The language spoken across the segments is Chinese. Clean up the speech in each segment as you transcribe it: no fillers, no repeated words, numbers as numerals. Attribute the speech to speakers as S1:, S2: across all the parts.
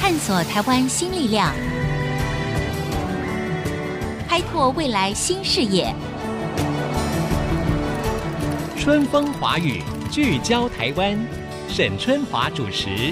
S1: 探索台湾新力量，开拓未来新视野。
S2: 春风华语，聚焦台湾，沈春华主持。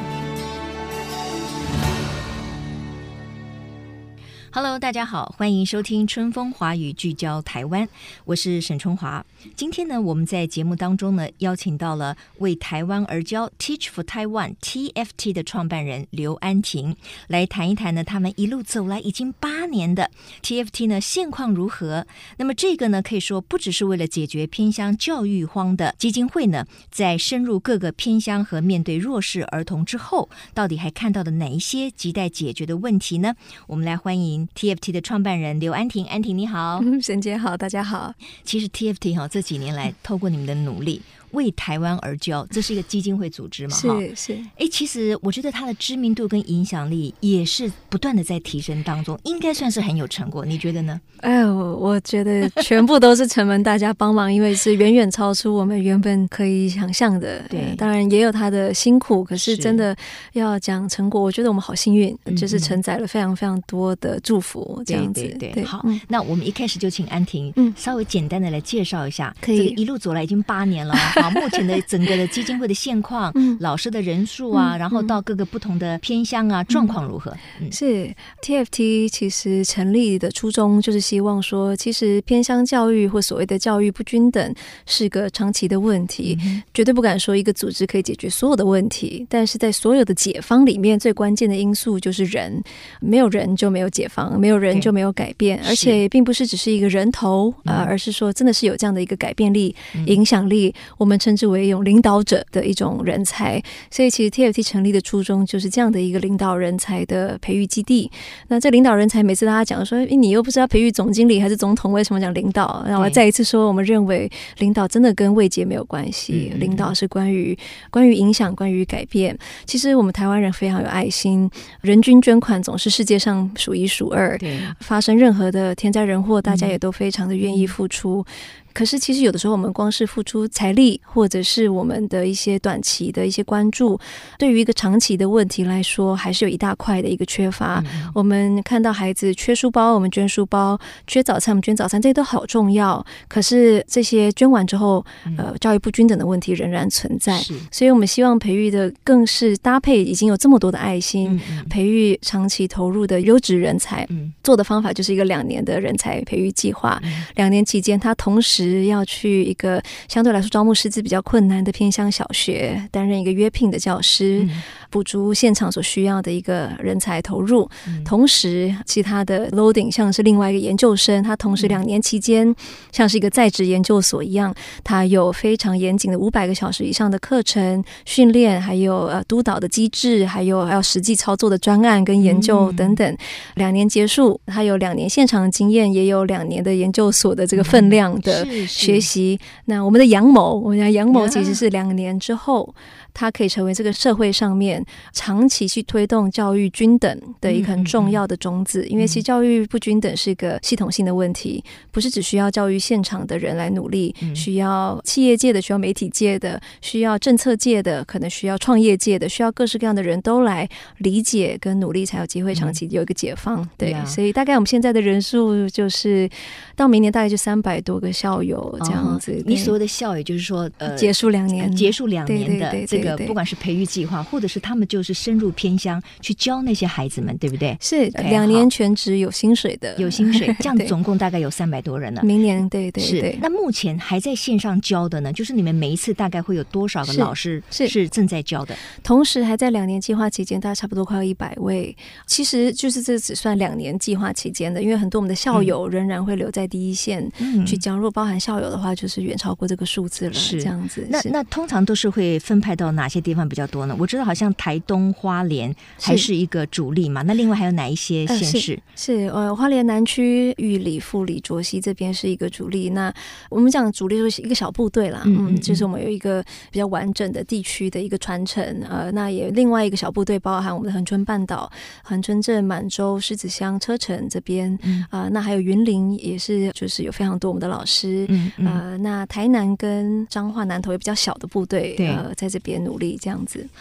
S3: Hello， 大家好，欢迎收听春风华语聚焦台湾，我是沈春华。今天呢，我们在节目当中呢，邀请到了为台湾而教 Teach for Taiwan TFT 的创办人刘安婷，来谈一谈呢，他们一路走来已经8年的 TFT 呢现况如何。那么这个呢，可以说不只是为了解决偏乡教育荒的基金会呢，在深入各个偏乡和面对弱势儿童之后，到底还看到了哪一些亟待解决的问题呢？我们来欢迎TFT 的创办人刘安婷。安婷你好。
S4: 沈姐好，大家好。
S3: 其实 TFT 这几年来透过你们的努力，为台湾而教，这是一个基金会组织嘛？
S4: 是。
S3: 其实我觉得它的知名度跟影响力也是不断的在提升当中，应该算是很有成果，你觉得呢？
S4: 我觉得全部都是承蒙大家帮忙，因为是远远超出我们原本可以想象的。
S3: 对，
S4: 当然也有他的辛苦，可是真的要讲成果，我觉得我们好幸运，就是承载了非常非常多的祝福，这样子。
S3: 对。好，那我们一开始就请安婷稍微简单的来介绍一下，
S4: 可以。
S3: 这个一路走来已经8年了。好，目前的整个的基金会的现况，老师的人数啊，然后到各个不同的偏乡啊，状况如何？
S4: 是 TFT 其实成立的初衷就是希望说，其实偏乡教育或所谓的教育不均等是个长期的问题，绝对不敢说一个组织可以解决所有的问题，但是在所有的解方里面，最关键的因素就是人，没有人就没有解方，没有人就没有改变，而且并不是只是一个人头，而是说真的是有这样的一个改变力、影响力，我们称之为一种领导者的一种人才。所以其实 TFT 成立的初衷就是这样的一个领导人才的培育基地。那这领导人才，每次大家讲说你又不是要培育总经理还是总统，为什么讲领导？然后我再一次说，我们认为领导真的跟位阶没有关系，领导是关于影响，关于改变。其实我们台湾人非常有爱心，人均捐款总是世界上数1数2，发生任何的天灾人祸，大家也都非常的愿意付出。可是其实有的时候我们光是付出财力，或者是我们的一些短期的一些关注，对于一个长期的问题来说，还是有一大块的一个缺乏。我们看到孩子缺书包，我们捐书包；缺早餐，我们捐早餐，这些都好重要。可是这些捐完之后，教育不均等的问题仍然存在。所以我们希望培育的更是搭配已经有这么多的爱心，培育长期投入的优质人才。做的方法就是一个2年的人才培育计划。2年期间，他同时要去一个相对来说招募师资比较困难的偏乡小学，担任一个约聘的教师，补足现场所需要的一个人才投入。同时其他的 loading 像是另外一个研究生，他同时2年期间像是一个在职研究所一样，他有非常严谨的500个小时以上的课程训练，还有督导的机制，还有实际操作的专案跟研究等等。2年结束，他有2年现场的经验，也有2年的研究所的这个分量的学习。那我们的杨某其实是2年之后，他可以成为这个社会上面长期去推动教育均等的一个很重要的种子。因为其实教育不均等是一个系统性的问题，不是只需要教育现场的人来努力，需要企业界的，需要媒体界的，需要政策界的，可能需要创业界的，需要各式各样的人都来理解跟努力，才有机会长期有一个解放。对，所以大概我们现在的人数就是到明年大概就300多个校友这样子。
S3: 你所谓的校友就是说
S4: 结束2年
S3: 的这个不管是培育计划，或者是他们就是深入偏乡去教那些孩子们，对不对？
S4: 是2年全职有薪水的，
S3: 有薪水，这样总共大概有300多人了。
S4: 明年对。
S3: 那目前还在线上教的呢，就是你们每一次大概会有多少个老师是正在教的？
S4: 同时还在2年计划期间，大概差不多快要100位。其实就是这只算2年计划期间的，因为很多我们的校友仍然会留在第一线去教，如果包含校友的话，就是远超过这个数字了。这样子。
S3: 那通常都是会分派到哪些地方比较多呢？我知道好像台东、花莲还是一个主力嘛，那另外还有哪一些县市？
S4: 花莲南区玉里、富里、卓溪这边是一个主力。那我们讲主力就是一个小部队啦，就是我们有一个比较完整的地区的一个传承。那也另外一个小部队包含我们的恒春半岛、恒春镇、满洲、狮子乡、车城这边，那还有云林也是，就是有非常多我们的老师。那台南跟彰化南投也比较小的部队，在这边努力这样子。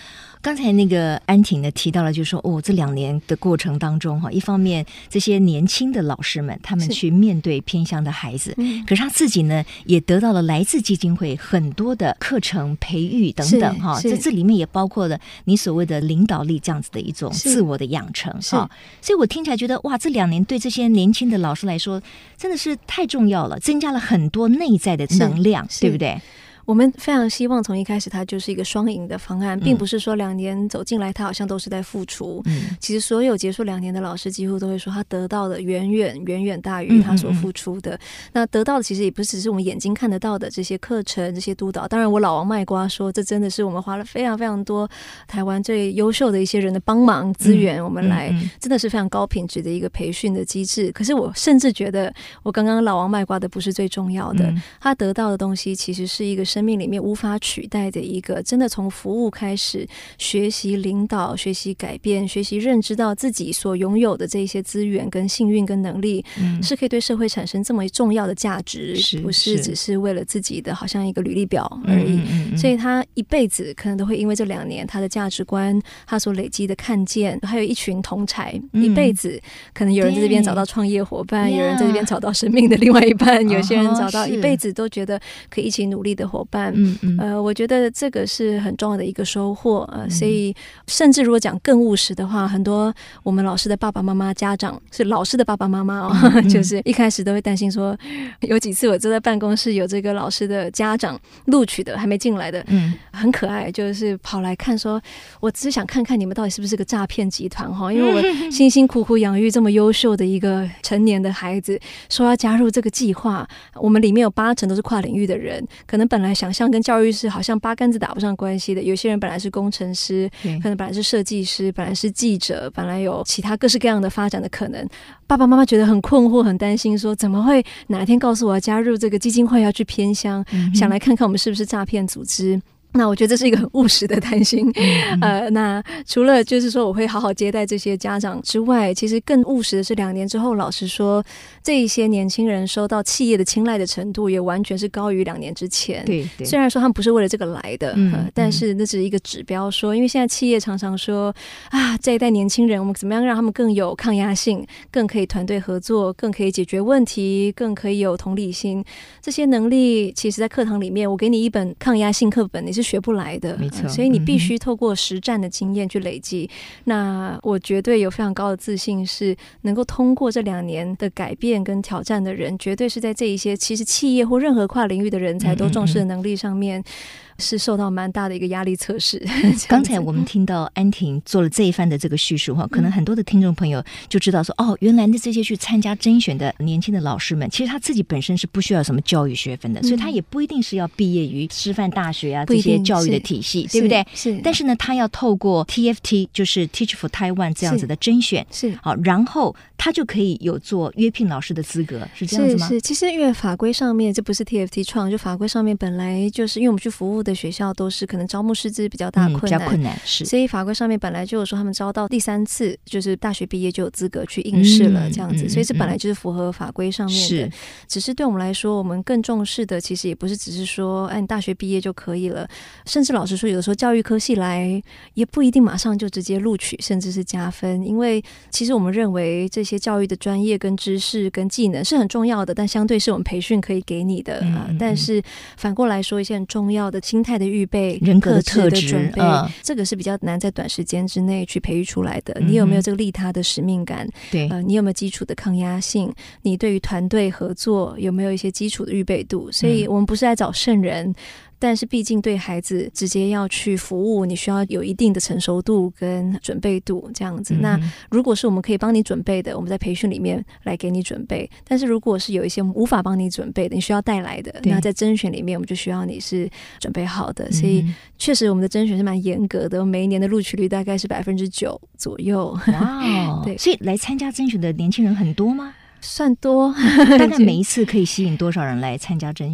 S3: 刚才那个安婷呢提到了，就是说这2年的过程当中一方面这些年轻的老师们他们去面对偏乡的孩子，可是他自己呢也得到了来自基金会很多的课程培育等等这里面也包括了你所谓的领导力这样子的一种自我的养成所以我听起来觉得哇，这2年对这些年轻的老师来说真的是太重要了，增加了很多内在的能量，对不对？
S4: 我们非常希望从一开始它就是一个双赢的方案，并不是说2年走进来他好像都是在付出，其实所有结束2年的老师几乎都会说他得到的远远大于他所付出的，那得到的其实也不只是我们眼睛看得到的这些课程这些督导，当然我老王卖瓜说这真的是我们花了非常非常多台湾最优秀的一些人的帮忙资源，我们来真的是非常高品质的一个培训的机制，可是我甚至觉得我刚刚老王卖瓜的不是最重要的，他得到的东西其实是一个生命里面无法取代的一个真的从服务开始学习领导学习改变学习认知到自己所拥有的这些资源跟幸运跟能力是可以对社会产生这么重要的价值，不是只是为了自己的好像一个履历表而已，所以他一辈子可能都会因为这2年他的价值观他所累积的看见，还有一群同侪一辈子可能有人在这边找到创业伙伴，有人在这边找到生命的另外一半，有些人找到一辈子都觉得可以一起努力的伙伴，我觉得这个是很重要的一个收获，所以甚至如果讲更务实的话，很多我们老师的爸爸妈妈家长是老师的爸爸妈妈就是一开始都会担心说，有几次我坐在办公室有这个老师的家长录取的还没进来的，很可爱，就是跑来看说我只是想看看你们到底是不是个诈骗集团，因为我辛辛苦苦养育这么优秀的一个成年的孩子，说要加入这个计划，我们里面有80%都是跨领域的人，可能本来想象跟教育是好像八竿子打不上关系的，有些人本来是工程师，可能本来是设计师，本来是记者，本来有其他各式各样的发展的可能，爸爸妈妈觉得很困惑很担心，说怎么会哪一天告诉我要加入这个基金会要去偏乡，想来看看我们是不是诈骗组织。那我觉得这是一个很务实的担心，那除了就是说我会好好接待这些家长之外，其实更务实的是2年之后，老实说这一些年轻人收到企业的青睐的程度也完全是高于2年之前，对，虽然说他们不是为了这个来的，但是那只是一个指标说，因为现在企业常常说这一代年轻人我们怎么样让他们更有抗压性，更可以团队合作，更可以解决问题，更可以有同理心，这些能力其实在课堂里面我给你一本抗压性课本你是学不来的，没错，所以你必须透过实战的经验去累积，那我绝对有非常高的自信是能够通过这2年的改变跟挑战的人，绝对是在这一些其实企业或任何跨领域的人才都重视的能力上面是受到蛮大的一个压力测试。
S3: 刚才我们听到安婷做了这一番的这个叙述，可能很多的听众朋友就知道说，原来这些去参加甄选的年轻的老师们，其实他自己本身是不需要什么教育学分的，所以他也不一定是要毕业于师范大学这些教育的体系，对不对？是。但是呢，他要透过 TFT 就是 Teach for Taiwan 这样子的甄选，是好，然后他就可以有做约聘老师的资格，是这样子吗？
S4: 是。其实因为法规上面，这不是 TFT 创，就法规上面本来就是因为我们去服务的学校都是可能招募师资比较大困难，比较困难，是，所以法规上面本来就有说他们招到第3次就是大学毕业就有资格去应试了这样子，所以这本来就是符合法规上面的，只是对我们来说我们更重视的其实也不是只是说你大学毕业就可以了，甚至老实说有的时候教育科系来也不一定马上就直接录取甚至是加分，因为其实我们认为这些教育的专业跟知识跟技能是很重要的，但相对是我们培训可以给你的，但是反过来说一些很重要的心态的预备
S3: 人格的特质
S4: 准备，这个是比较难在短时间之内去培育出来的，你有没有这个利他的使命感，对，你有没有基础的抗压性，你对于团队合作有没有一些基础的预备度，所以我们不是来找圣人，但是毕竟对孩子直接要去服务，你需要有一定的成熟度跟准备度这样子，那如果是我们可以帮你准备的，我们在培训里面来给你准备，但是如果是有一些无法帮你准备的，你需要带来的，那在甄选里面我们就需要你是准备好的，所以确实我们的甄选是蛮严格的，每一年的录取率大概是9%左右。
S3: 哇，对，所以来参加甄选的年轻人很多吗？
S4: 算多。
S3: 大概每一次可以吸引多少人来参加甄选？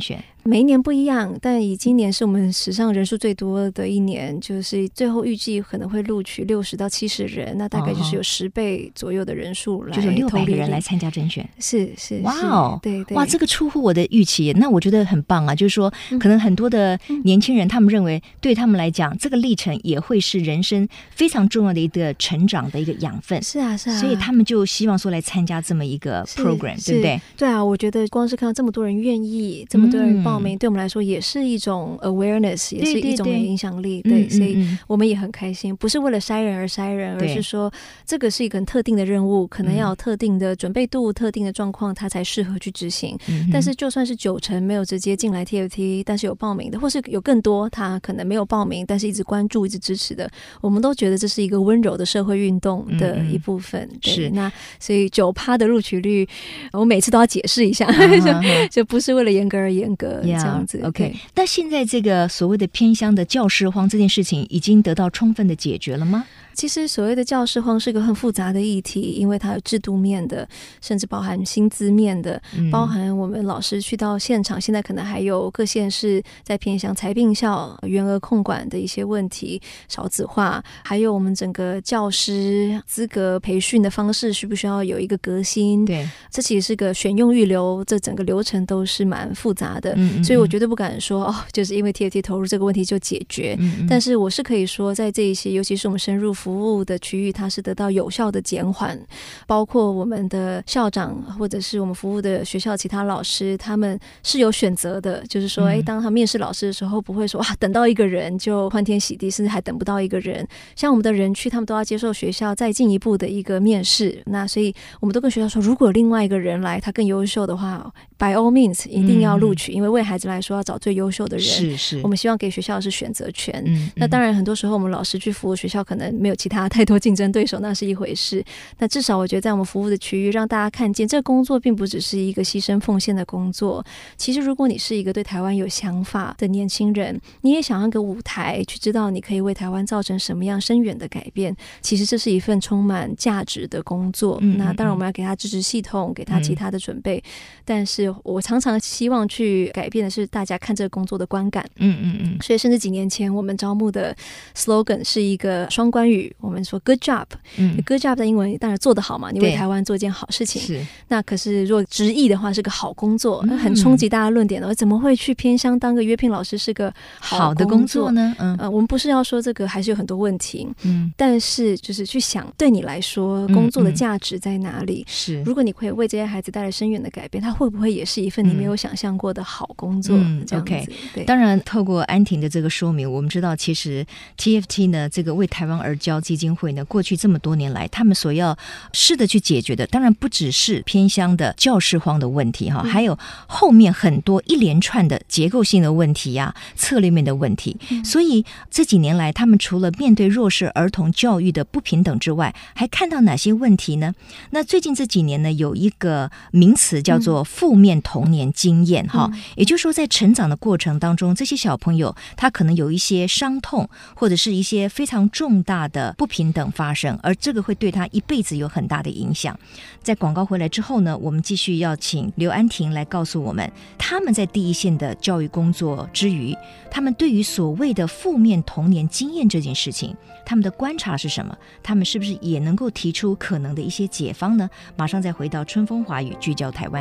S4: 每一年不一样，但以今年是我们史上人数最多的一年，就是最后预计可能会录取60到70人，那大概就是有10倍左右的人数来，
S3: 就是600个人来参加甄选。
S4: 是，
S3: 哇哦，
S4: 对对，
S3: 哇，这个出乎我的预期，那我觉得很棒啊！就是说，可能很多的年轻人，他们认为对他们来讲，这个历程也会是人生非常重要的一个成长的一个养分。
S4: 是啊，是啊，
S3: 所以他们就希望说来参加这么一个 program， 对不对？
S4: 对啊，我觉得光是看到这么多人愿意，这么多人报名，对我们来说也是一种 awareness， 也是一种影响力。对，所以我们也很开心，不是为了筛人而筛人，而是说这个是一个很特定的任务，可能要有特定的准备度、特定的状况，它才适合去执行。但是就算是90%没有直接进来 TFT， 但是有报名的，或是有更多他可能没有报名，但是一直关注、一直支持的，我们都觉得这是一个温柔的社会运动的一部分。是，那所以9%的录取率，我每次都要解释一下，就不是为了严格而严格这样子。
S3: OK， 那现在这个所谓的偏乡的教师荒这件事情，已经得到充分的解决了吗？
S4: 其实所谓的教师荒是个很复杂的议题，因为它有制度面的，甚至包含薪资面的，包含我们老师去到现场，现在可能还有各县市在偏乡财并校员额控管的一些问题，少子化，还有我们整个教师资格培训的方式需不需要有一个革新？对，这其实是个选用预留，这整个流程都是蛮复杂的。所以我绝对不敢说就是因为 TFT 投入这个问题就解决。但是我是可以说，在这一些，尤其是我们深入服务的区域，它是得到有效的减缓，包括我们的校长或者是我们服务的学校其他老师，他们是有选择的，就是说当他面试老师的时候，不会说等到一个人就欢天喜地，甚至还等不到一个人。像我们的人区，他们都要接受学校再进一步的一个面试，那所以我们都跟学校说，如果有另外一个人来，他更优秀的话，by all means 一定要录取，因为为孩子来说要找最优秀的人。是，我们希望给学校的是选择权。那当然很多时候我们老师去服务学校，可能没有其他太多竞争对手，那是一回事。那至少我觉得在我们服务的区域，让大家看见这个工作并不只是一个牺牲奉献的工作。其实如果你是一个对台湾有想法的年轻人，你也想要一个舞台去知道你可以为台湾造成什么样深远的改变，其实这是一份充满价值的工作。那当然我们要给他支持系统，给他其他的准备，但是我常常希望去改变的是大家看这个工作的观感。所以甚至几年前我们招募的 slogan 是一个双关语，我们说 good job。good job 的英文当然做得好嘛，你为台湾做一件好事情。是，那可是如果直译的话是个好工作，很冲击大家论点的，怎么会去偏乡当个约聘老师是个好的工作呢？我们不是要说这个还是有很多问题，但是就是去想对你来说工作的价值在哪里。是，如果你可以为这些孩子带来深远的改变，它会不会也是一份你没有想象过的好工作？这样子。
S3: OK， 对。当然透过安婷的这个说明，我们知道其实 TFT 呢，这个为台湾而教基金会呢，过去这么多年来他们所要试着去解决的，当然不只是偏乡的教师荒的问题还有后面很多一连串的结构性的问题呀，策略面的问题。所以这几年来他们除了面对弱势儿童教育的不平等之外，还看到哪些问题呢？那最近这几年呢，有一个名词叫做负面童年经验也就是说在成长的过程当中，这些小朋友他可能有一些伤痛，或者是一些非常重大的不平等发生，而这个会对他一辈子有很大的影响。在广告回来之后呢，我们继续要请刘安婷来告诉我们，他们在第一线的教育工作之余，他们对于所谓的负面童年经验这件事情，他们的观察是什么？他们是不是也能够提出可能的一些解方呢？马上再回到春风华语，聚焦台湾。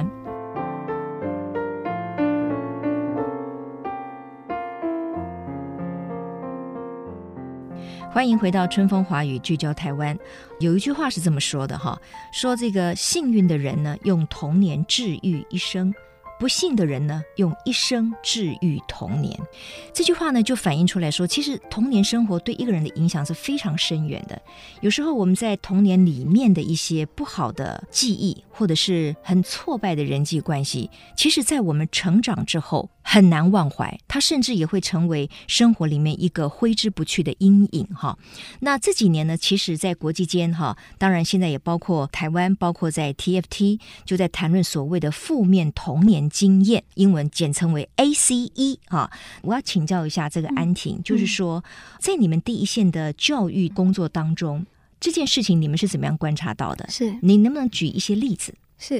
S3: 欢迎回到春风华语，聚焦台湾。有一句话是这么说的说这个幸运的人呢，用童年治愈一生，不幸的人呢，用一生治愈童年。这句话呢，就反映出来说，其实童年生活对一个人的影响是非常深远的。有时候我们在童年里面的一些不好的记忆，或者是很挫败的人际关系，其实在我们成长之后很难忘怀，它甚至也会成为生活里面一个挥之不去的阴影那这几年呢，其实在国际间当然现在也包括台湾，包括在 TFT 就在谈论所谓的负面童年经验，英文简称为 ACE 我要请教一下这个安婷，就是说在你们第一线的教育工作当中，这件事情你们是怎么样观察到的？是，你能不能举一些例子？
S4: 是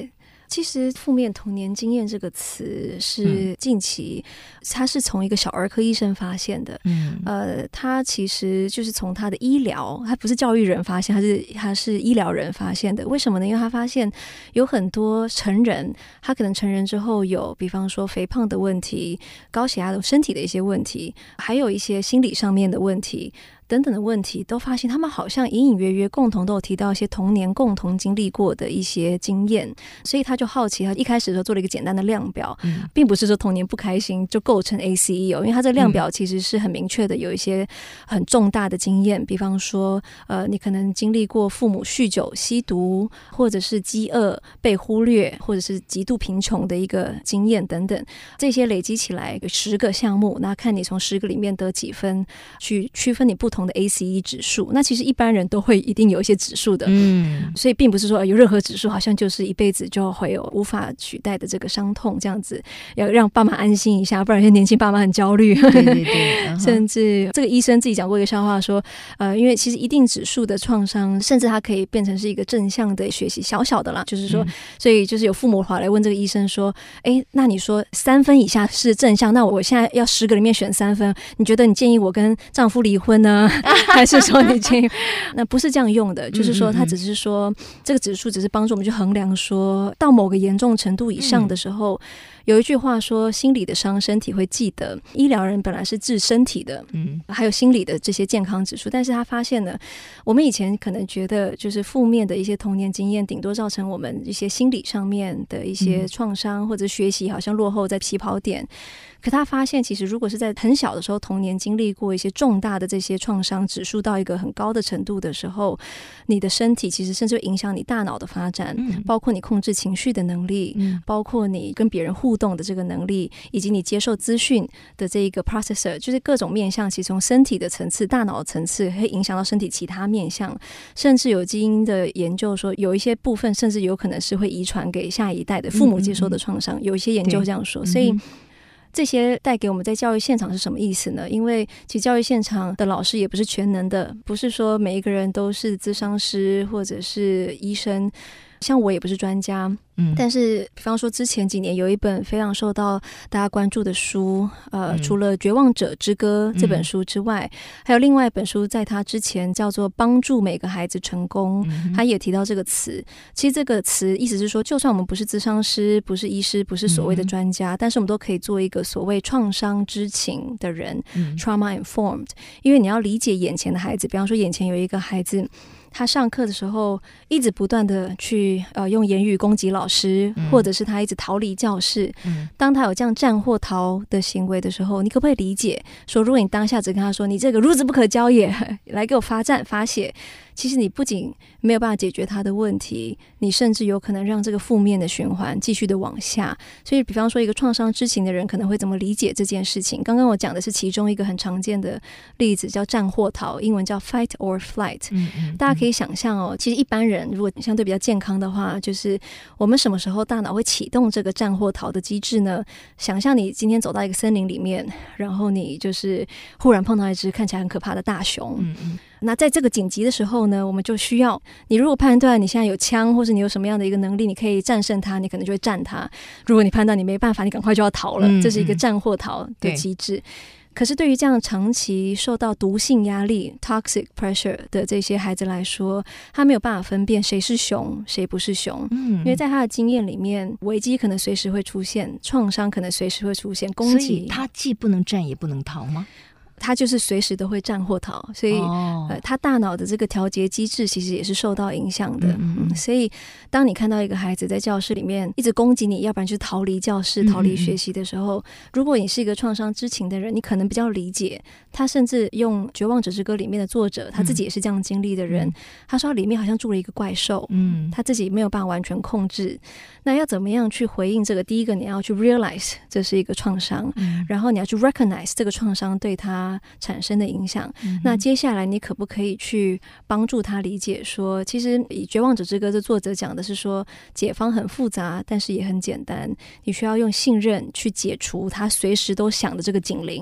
S4: 其实负面童年经验这个词是近期他是从一个小儿科医生发现的。他其实就是从他的医疗，他不是教育人发现，他是医疗人发现的。为什么呢？因为他发现有很多成人，他可能成人之后有比方说肥胖的问题、高血压的身体的一些问题，还有一些心理上面的问题等等的问题，都发现他们好像隐隐约约共同都有提到一些童年共同经历过的一些经验。所以他就好奇，他一开始的时候做了一个简单的量表，并不是说童年不开心就构成 ACE 因为他这个量表其实是很明确的，有一些很重大的经验，比方说你可能经历过父母酗酒吸毒，或者是饥饿被忽略，或者是极度贫穷的一个经验等等，这些累积起来有10个项目，那看你从10个里面得几分，去区分你不同的 ACE 指数。那其实一般人都会一定有一些指数的，所以并不是说有任何指数好像就是一辈子就会有无法取代的这个伤痛，这样子要让爸妈安心一下，不然有些年轻爸妈很焦虑。
S3: 对对对
S4: 甚至这个医生自己讲过一个笑话说，因为其实一定指数的创伤，甚至它可以变成是一个正向的学习，小小的啦，就是说，所以就是有父母跑来问这个医生说，那你说3分以下是正向，那我现在要10个里面选3分，你觉得你建议我跟丈夫离婚呢，还是说你建议？那不是这样用的，就是说他只是说这个指数只是帮助我们去衡量说到某个严重程度以上的时候，有一句话说心理的伤身体会记得，医疗人本来是治身体的，还有心理的这些健康指数，但是他发现呢，我们以前可能觉得就是负面的一些童年经验顶多造成我们一些心理上面的一些创伤，或者学习好像落后在起跑点。可他发现其实如果是在很小的时候童年经历过一些重大的这些创伤，指数到一个很高的程度的时候，你的身体其实甚至会影响你大脑的发展，包括你控制情绪的能力，包括你跟别人互动的这个能力，以及你接受资讯的这一个 processor， 就是各种面向，其实从身体的层次、大脑的层次会影响到身体其他面向，甚至有基因的研究说有一些部分甚至有可能是会遗传给下一代的父母接受的创伤，有一些研究这样说。所以这些带给我们在教育现场是什么意思呢？因为其实教育现场的老师也不是全能的，不是说每一个人都是咨商师或者是医生，像我也不是专家，但是比方说之前几年有一本非常受到大家关注的书，除了《绝望者之歌》这本书之外，还有另外一本书在它之前叫做《帮助每个孩子成功》，他也提到这个词。其实这个词意思是说，就算我们不是咨商师，不是医师，不是所谓的专家，但是我们都可以做一个所谓创伤知情的人，trauma informed。因为你要理解眼前的孩子，比方说眼前有一个孩子，他上课的时候一直不断的去用言语攻击老师，或者是他一直逃离教室，当他有这样战或逃的行为的时候，你可不可以理解说，如果你当下只跟他说你这个孺子不可教也，来给我罚站罚写，其实你不仅没有办法解决他的问题，你甚至有可能让这个负面的循环继续的往下。所以比方说一个创伤知情的人可能会怎么理解这件事情，刚刚我讲的是其中一个很常见的例子，叫战或逃，英文叫 fight or flight。大家可以想象哦，其实一般人如果相对比较健康的话，就是我们什么时候大脑会启动这个战或逃的机制呢？想象你今天走到一个森林里面，然后你就是忽然碰到一只看起来很可怕的大熊，那在这个紧急的时候呢，我们就需要你如果判断你现在有枪，或是你有什么样的一个能力，你可以战胜它，你可能就会战它。如果你判断你没办法，你赶快就要逃了，这是一个战或逃的机制。可是对于这样长期受到毒性压力 toxic pressure 的这些孩子来说，他没有办法分辨谁是熊谁不是熊，因为在他的经验里面，危机可能随时会出现，创伤可能随时会出现，攻击，
S3: 所以他既不能战也不能逃吗？
S4: 他就是随时都会战或逃，所以他大脑的这个调节机制其实也是受到影响的。所以当你看到一个孩子在教室里面一直攻击你，要不然就是逃离教室逃离学习的时候，如果你是一个创伤知情的人，你可能比较理解他。甚至用《绝望者之歌》里面的作者，他自己也是这样经历的人，他说里面好像住了一个怪兽，他自己没有办法完全控制。那要怎么样去回应这个？第一个你要去 realize 这是一个创伤，然后你要去 recognize 这个创伤对他产生的影响。那接下来你可不可以去帮助他理解说，其实以《绝望者之歌》的作者讲的是说，解方很复杂，但是也很简单，你需要用信任去解除他随时都响的这个警铃。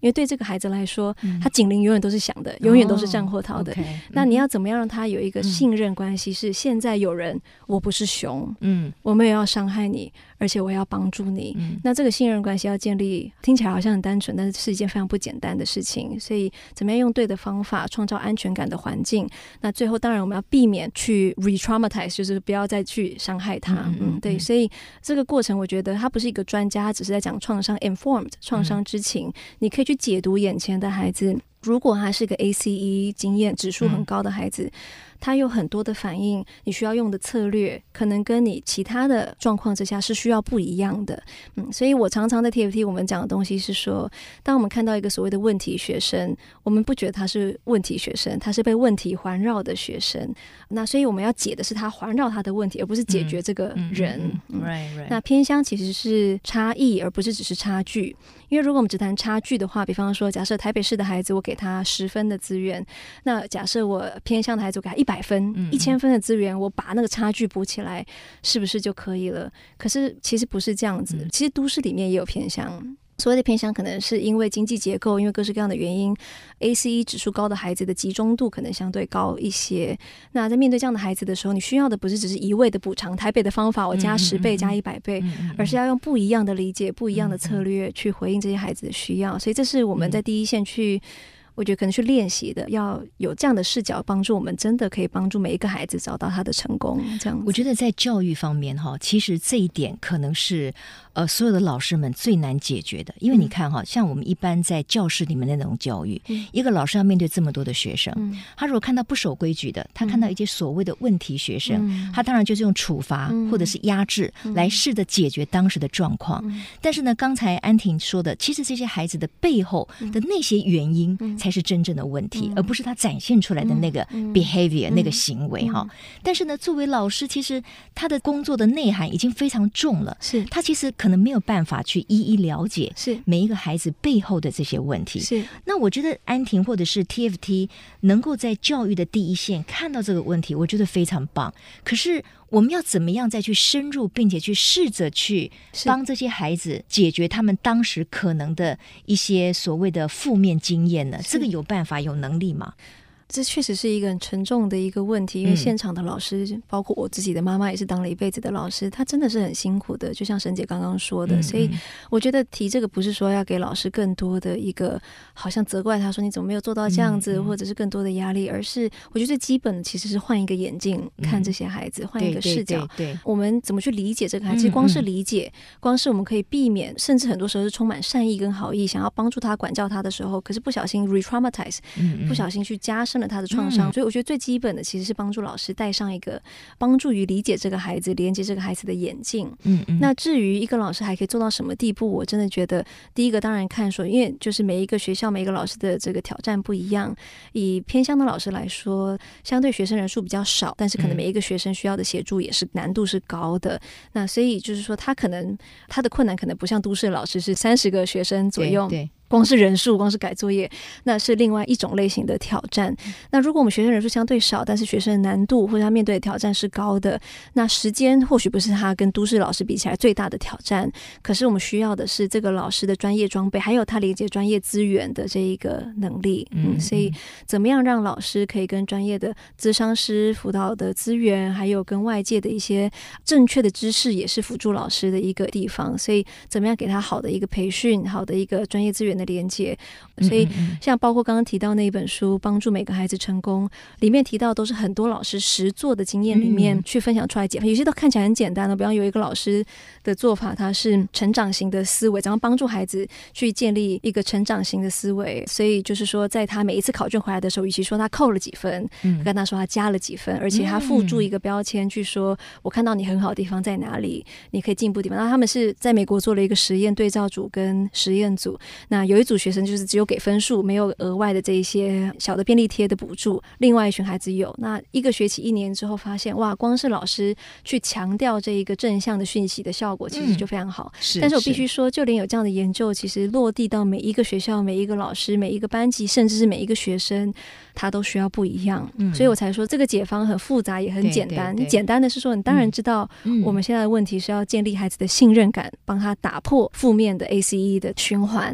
S4: 因为对这个孩子来说，他警铃永远都是响的，永远都是战或逃的。那你要怎么样让他有一个信任关系，是现在有人，我不是熊，我没有要伤害你，而且我要帮助你。那这个信任关系要建立，听起来好像很单纯，但是是一件非常不简单的事情。所以怎么样用对的方法创造安全感的环境，那最后当然我们要避免去 re-traumatize， 就是不要再去伤害他。对，所以这个过程我觉得他不是一个专家，他只是在讲创伤 informed 创伤知情，你可以去解读眼前的孩子，如果他是个 ACE 经验指数很高的孩子，他有很多的反应，你需要用的策略可能跟你其他的状况之下是需要不一样的。所以我常常在 TFT 我们讲的东西是说，当我们看到一个所谓的问题学生，我们不觉得他是问题学生，他是被问题环绕的学生。那所以我们要解的是他环绕他的问题，而不是解决这个人。那偏乡其实是差异，而不是只是差距。因为如果我们只谈差距的话，比方说假设台北市的孩子我给他10分的资源，那假设我偏乡的孩子我给他100分、1000分的资源，我把那个差距补起来是不是就可以了？可是其实不是这样子，其实都市里面也有偏乡。所谓的偏乡可能是因为经济结构，因为各式各样的原因， ACE 指数高的孩子的集中度可能相对高一些。那在面对这样的孩子的时候，你需要的不是只是一味的补偿，台北的方法我加10倍加100倍，而是要用不一样的理解，不一样的策略去回应这些孩子的需要。所以这是我们在第一线去我觉得可能去练习的，要有这样的视角，帮助我们真的可以帮助每一个孩子找到他的成功。这样子，
S3: 我觉得在教育方面其实这一点可能是所有的老师们最难解决的。因为你看像我们一般在教室里面的那种教育，一个老师要面对这么多的学生，他如果看到不守规矩的，他看到一些所谓的问题学生，他当然就是用处罚或者是压制来试着解决当时的状况。但是呢，刚才安婷说的，其实这些孩子的背后的那些原因才是真正的问题，而不是他展现出来的那个 behavior 那个行为但是呢，作为老师，其实他的工作的内涵已经非常重了，是他其实可能没有办法去一一了解每一个孩子背后的这些问题。是，那我觉得安婷或者是 TFT 能够在教育的第一线看到这个问题，我觉得非常棒。可是我们要怎么样再去深入，并且去试着去帮这些孩子解决他们当时可能的一些所谓的负面经验呢？这个有办法有能力吗？
S4: 这确实是一个很沉重的一个问题，因为现场的老师，包括我自己的妈妈也是当了一辈子的老师，她真的是很辛苦的，就像沈姐刚刚说的。所以我觉得提这个不是说要给老师更多的一个好像责怪他说你怎么没有做到这样子，或者是更多的压力，而是我觉得最基本的其实是换一个眼镜看这些孩子，换一个视角。对，我们怎么去理解这个孩子？其实光是理解，光是我们可以避免，甚至很多时候是充满善意跟好意，想要帮助他、管教他的时候，可是不小心 re-traumatize，不小心去加深了他的创伤。所以我觉得最基本的其实是帮助老师戴上一个帮助于理解这个孩子、连接这个孩子的眼镜。那至于一个老师还可以做到什么地步，我真的觉得第一个当然看说，因为就是每一个学校、每一个老师的这个挑战不一样。以偏乡的老师来说，相对学生人数比较少，但是可能每一个学生需要的协助也是难度是高的。那所以就是说，他的困难可能不像都市的老师是30个学生左右。对，光是人数，光是改作业，那是另外一种类型的挑战。那如果我们学生人数相对少，但是学生的难度或者他面对的挑战是高的，那时间或许不是他跟都市老师比起来最大的挑战，可是我们需要的是这个老师的专业装备，还有他连接专业资源的这一个能力。所以怎么样让老师可以跟专业的咨商师、辅导的资源，还有跟外界的一些正确的知识，也是辅助老师的一个地方。所以怎么样给他好的一个培训，好的一个专业资源的连接。所以像包括刚刚提到那一本书《帮助每个孩子成功》，里面提到都是很多老师实作的经验里面去分享出来解，有些都看起来很简单的。比方有一个老师的做法，他是成长型的思维，怎样帮助孩子去建立一个成长型的思维。所以就是说，在他每一次考卷回来的时候，与其说他扣了几分，跟他说他加了几分，而且他附注一个标签去说，我看到你很好的地方在哪里，你可以进步的地方。那他们是在美国做了一个实验对照组跟实验组，那有一组学生就是只有给分数，没有额外的这一些小的便利贴的补助，另外一群孩子有。那一个学期1年之后发现，哇，光是老师去强调这一个正向的讯息的效果其实就非常好。但是我必须说，就连有这样的研究，其实落地到每一个学校、每一个老师、每一个班级，甚至是每一个学生，他都需要不一样。所以我才说这个解方很复杂也很简单。简单的是说，你当然知道我们现在的问题是要建立孩子的信任感，帮他打破负面的 ACE 的循环，让他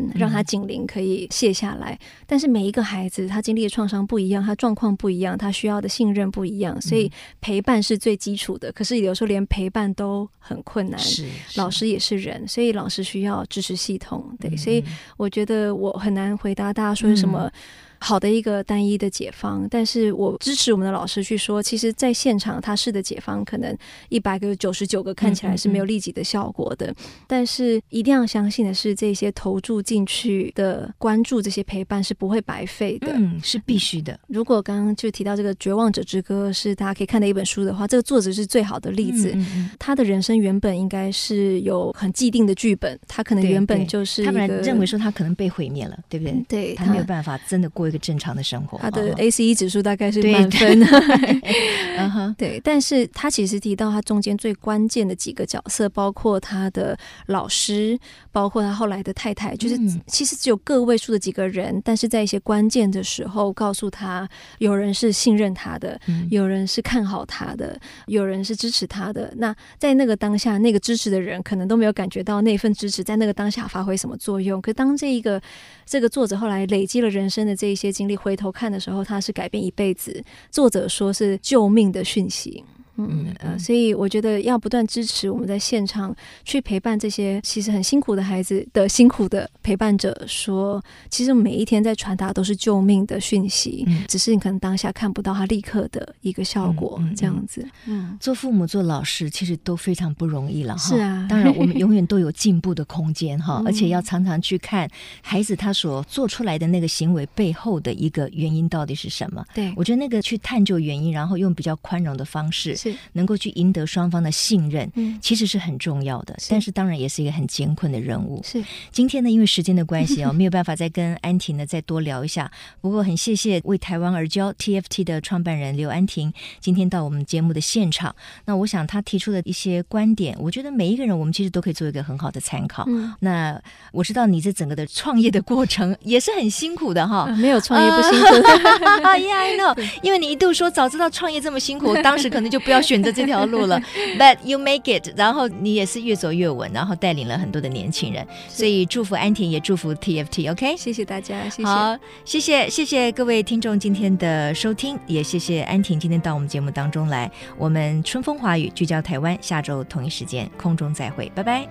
S4: 警铃可以卸下来。但是每一个孩子他经历的创伤不一样，他状况不一样，他需要的信任不一样，所以陪伴是最基础的。可是有时候连陪伴都很困难，老师也是人，所以老师需要支持系统。对，所以我觉得我很难回答大家说是什么好的一个单一的解方，但是我支持我们的老师去说，其实在现场他试的解方可能100个99个看起来是没有立即的效果的，但是一定要相信的是，这些投注进去的关注，这些陪伴是不会白费的，
S3: 是必须的。
S4: 如果刚刚就提到这个《绝望者之歌》是大家可以看的一本书的话，这个作者是最好的例子。他的人生原本应该是有很既定的剧本，他可能原本就是
S3: 他本来认为说他可能被毁灭了，对不对？
S4: 对，
S3: 他没有办法真的过一个正常的生活，
S4: 他的 ACE 指数大概是满分。对，但是他其实提到他中间最关键的几个角色，包括他的老师，包括他后来的太太，就是其实只有个位数的几个人，但是在一些关键的时候告诉他，有人是信任他的，有人是看好他的，有人是支持他的。那在那个当下，那个支持的人可能都没有感觉到那份支持在那个当下发挥什么作用，可当这个作者后来累积了人生的这一些经历，回头看的时候，他是改变一辈子。作者说是救命的讯息。所以我觉得要不断支持我们在现场去陪伴这些其实很辛苦的孩子的辛苦的陪伴者，说其实每一天在传达都是救命的讯息，只是你可能当下看不到它立刻的一个效果，这样子。
S3: 做父母做老师其实都非常不容易了，
S4: 是啊，
S3: 当然我们永远都有进步的空间哈，而且要常常去看孩子他所做出来的那个行为背后的一个原因到底是什么。
S4: 对，
S3: 我觉得那个去探究原因，然后用比较宽容的方式能够去赢得双方的信任，其实是很重要的，但是当然也是一个很艰困的任务。
S4: 是
S3: 今天呢，因为时间的关系没有办法再跟安婷呢再多聊一下，不过很谢谢为台湾而教 TFT 的创办人刘安婷今天到我们节目的现场。那我想他提出的一些观点，我觉得每一个人我们其实都可以做一个很好的参考。那我知道你这整个的创业的过程也是很辛苦的哈，
S4: 没有创业不辛苦。
S3: Yeah, I know， 因为你一度说早知道创业这么辛苦，我当时可能就不要选择这条路了。But you make it， 然后你也是越走越稳，然后带领了很多的年轻人，所以祝福安婷，也祝福 TFT。OK，
S4: 谢谢大家，谢谢。
S3: 好，谢谢各位听众今天的收听，也谢谢安婷今天到我们节目当中来。我们春风华语聚焦台湾，下周同一时间空中再会，拜拜。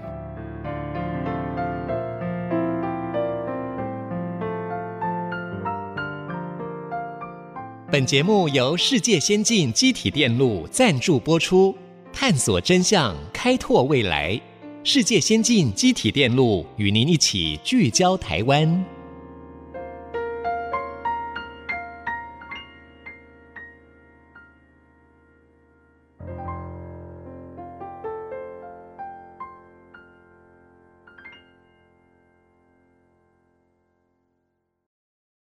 S2: 本节目由世界先进机体电路赞助播出，探索真相，开拓未来。世界先进机体电路与您一起聚焦台湾。